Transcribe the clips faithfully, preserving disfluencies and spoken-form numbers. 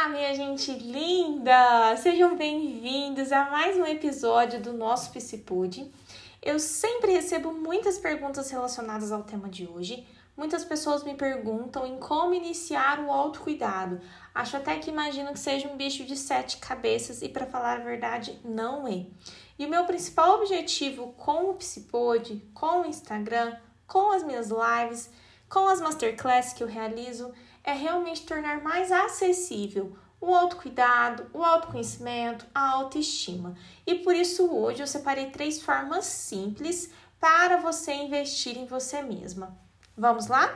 Olá, minha gente linda! Sejam bem-vindos a mais um episódio do nosso Psipod. Eu sempre recebo muitas perguntas relacionadas ao tema de hoje. Muitas pessoas me perguntam em como iniciar o autocuidado. Acho até que imagino que seja um bicho de sete cabeças e, para falar a verdade, não é. E o meu principal objetivo com o Psipod, com o Instagram, com as minhas lives, com as masterclasses que eu realizo, é realmente tornar mais acessível o autocuidado, o autoconhecimento, a autoestima. E por isso hoje eu separei três formas simples para você investir em você mesma. Vamos lá?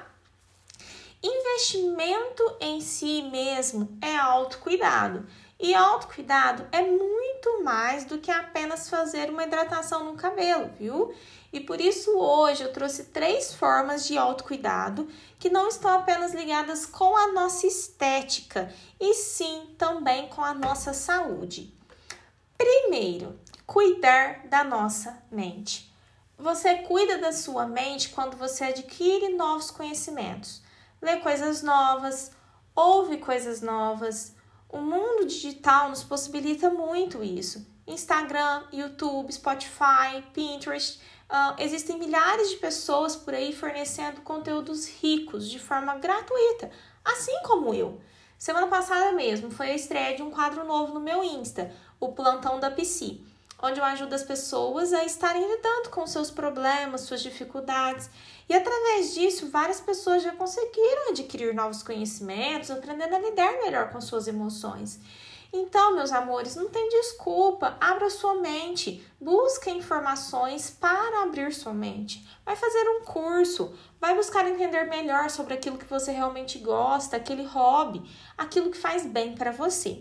Investimento em si mesmo é autocuidado. E autocuidado é muito mais do que apenas fazer uma hidratação no cabelo, viu? E por isso hoje eu trouxe três formas de autocuidado que não estão apenas ligadas com a nossa estética, e sim também com a nossa saúde. Primeiro, cuidar da nossa mente. Você cuida da sua mente quando você adquire novos conhecimentos, lê coisas novas, ouve coisas novas. O mundo digital nos possibilita muito isso. Instagram, YouTube, Spotify, Pinterest. Uh, existem milhares de pessoas por aí fornecendo conteúdos ricos de forma gratuita, assim como eu. Semana passada mesmo foi a estreia de um quadro novo no meu Insta, o Plantão da Psi, onde eu ajudo as pessoas a estarem lidando com seus problemas, suas dificuldades. E através disso, várias pessoas já conseguiram adquirir novos conhecimentos, aprendendo a lidar melhor com suas emoções. Então, meus amores, não tem desculpa, abra sua mente, busque informações para abrir sua mente. Vai fazer um curso, vai buscar entender melhor sobre aquilo que você realmente gosta, aquele hobby, aquilo que faz bem para você.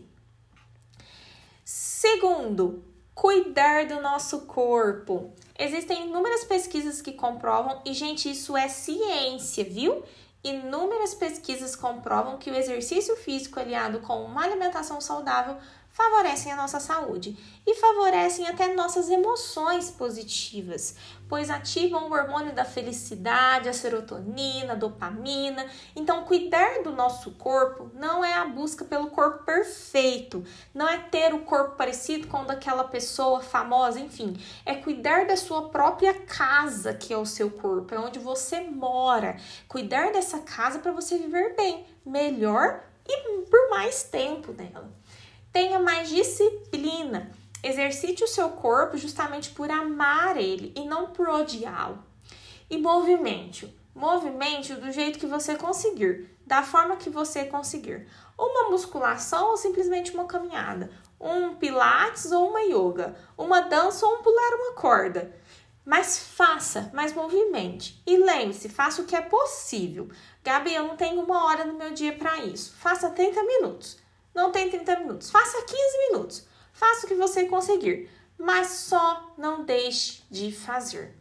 Segundo, cuidar do nosso corpo. Existem inúmeras pesquisas que comprovam, e gente, isso é ciência, viu? Inúmeras pesquisas comprovam que o exercício físico aliado com uma alimentação saudável favorecem a nossa saúde e favorecem até nossas emoções positivas, pois ativam o hormônio da felicidade, a serotonina, a dopamina. Então, cuidar do nosso corpo não é a busca pelo corpo perfeito, não é ter o corpo parecido com o daquela pessoa famosa, enfim, é cuidar da sua própria casa, que é o seu corpo, é onde você mora. Cuidar dessa casa para você viver bem, melhor e por mais tempo nela. Tenha mais disciplina. Exercite o seu corpo justamente por amar ele e não por odiá-lo. E movimente-o. Movimente-o do jeito que você conseguir, da forma que você conseguir. Uma musculação ou simplesmente uma caminhada. Um pilates ou uma yoga. Uma dança ou um pular uma corda. Mas faça, mas movimente. E lembre-se, faça o que é possível. Gabi, eu não tenho uma hora no meu dia para isso. Faça trinta minutos. Não tem trinta minutos, faça quinze minutos, faça o que você conseguir, mas só não deixe de fazer.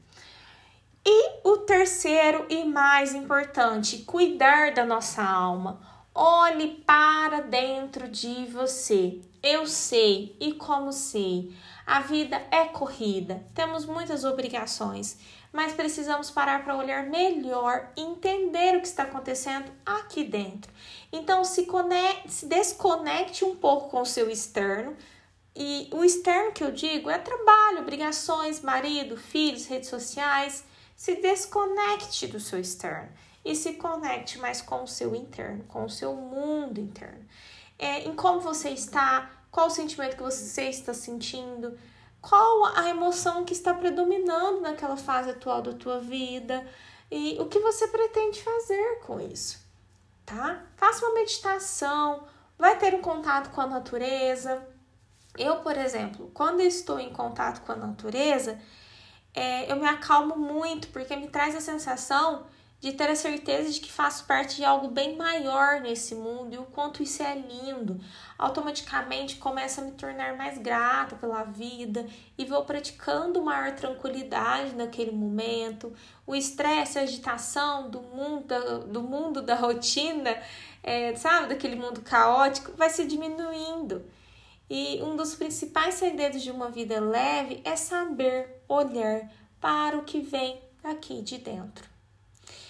E o terceiro e mais importante, cuidar da nossa alma. Olhe para dentro de você. Eu sei e como sei, a vida é corrida, temos muitas obrigações, mas precisamos parar para olhar melhor e entender o que está acontecendo aqui dentro. Então, se, conecte, se desconecte um pouco com o seu externo. E o externo que eu digo é trabalho, obrigações, marido, filhos, redes sociais. Se desconecte do seu externo e se conecte mais com o seu interno, com o seu mundo interno. É, em como você está, qual o sentimento que você está sentindo, qual a emoção que está predominando naquela fase atual da tua vida e o que você pretende fazer com isso, tá? Faça uma meditação, vai ter um contato com a natureza. Eu, por exemplo, quando estou em contato com a natureza, é, eu me acalmo muito, porque me traz a sensação de ter a certeza de que faço parte de algo bem maior nesse mundo e o quanto isso é lindo. Automaticamente começo a me tornar mais grata pela vida e vou praticando maior tranquilidade naquele momento. O estresse, a agitação do mundo, do mundo da rotina, é, sabe, daquele mundo caótico, vai se diminuindo. E um dos principais segredos de uma vida leve é saber olhar para o que vem aqui de dentro.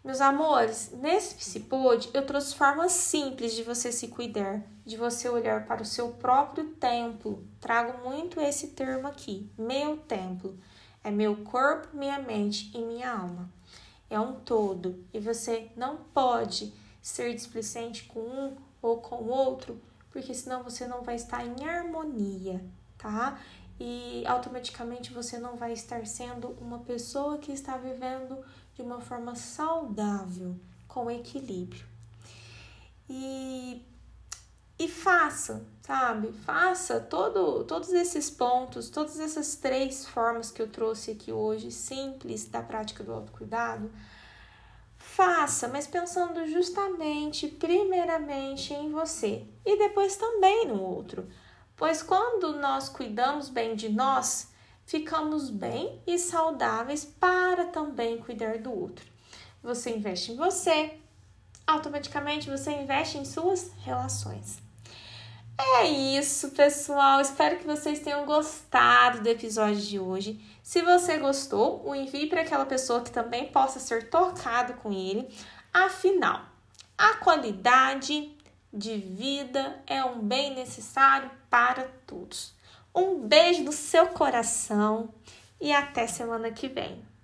Meus amores, nesse Psipod eu trouxe formas simples de você se cuidar, de você olhar para o seu próprio templo. Trago muito esse termo aqui, meu templo. É meu corpo, minha mente e minha alma. É um todo e você não pode ser displicente com um ou com o outro, porque senão você não vai estar em harmonia, tá? E automaticamente você não vai estar sendo uma pessoa que está vivendo de uma forma saudável, com equilíbrio. E, e faça, sabe? Faça todo, todos esses pontos, todas essas três formas que eu trouxe aqui hoje, simples, da prática do autocuidado. Faça, mas pensando justamente, primeiramente em você e depois também no outro. Pois quando nós cuidamos bem de nós, ficamos bem e saudáveis para também cuidar do outro. Você investe em você, automaticamente você investe em suas relações. É isso, pessoal. Espero que vocês tenham gostado do episódio de hoje. Se você gostou, o envie para aquela pessoa que também possa ser tocado com ele. Afinal, a qualidade de vida é um bem necessário para todos. Um beijo no seu coração e até semana que vem.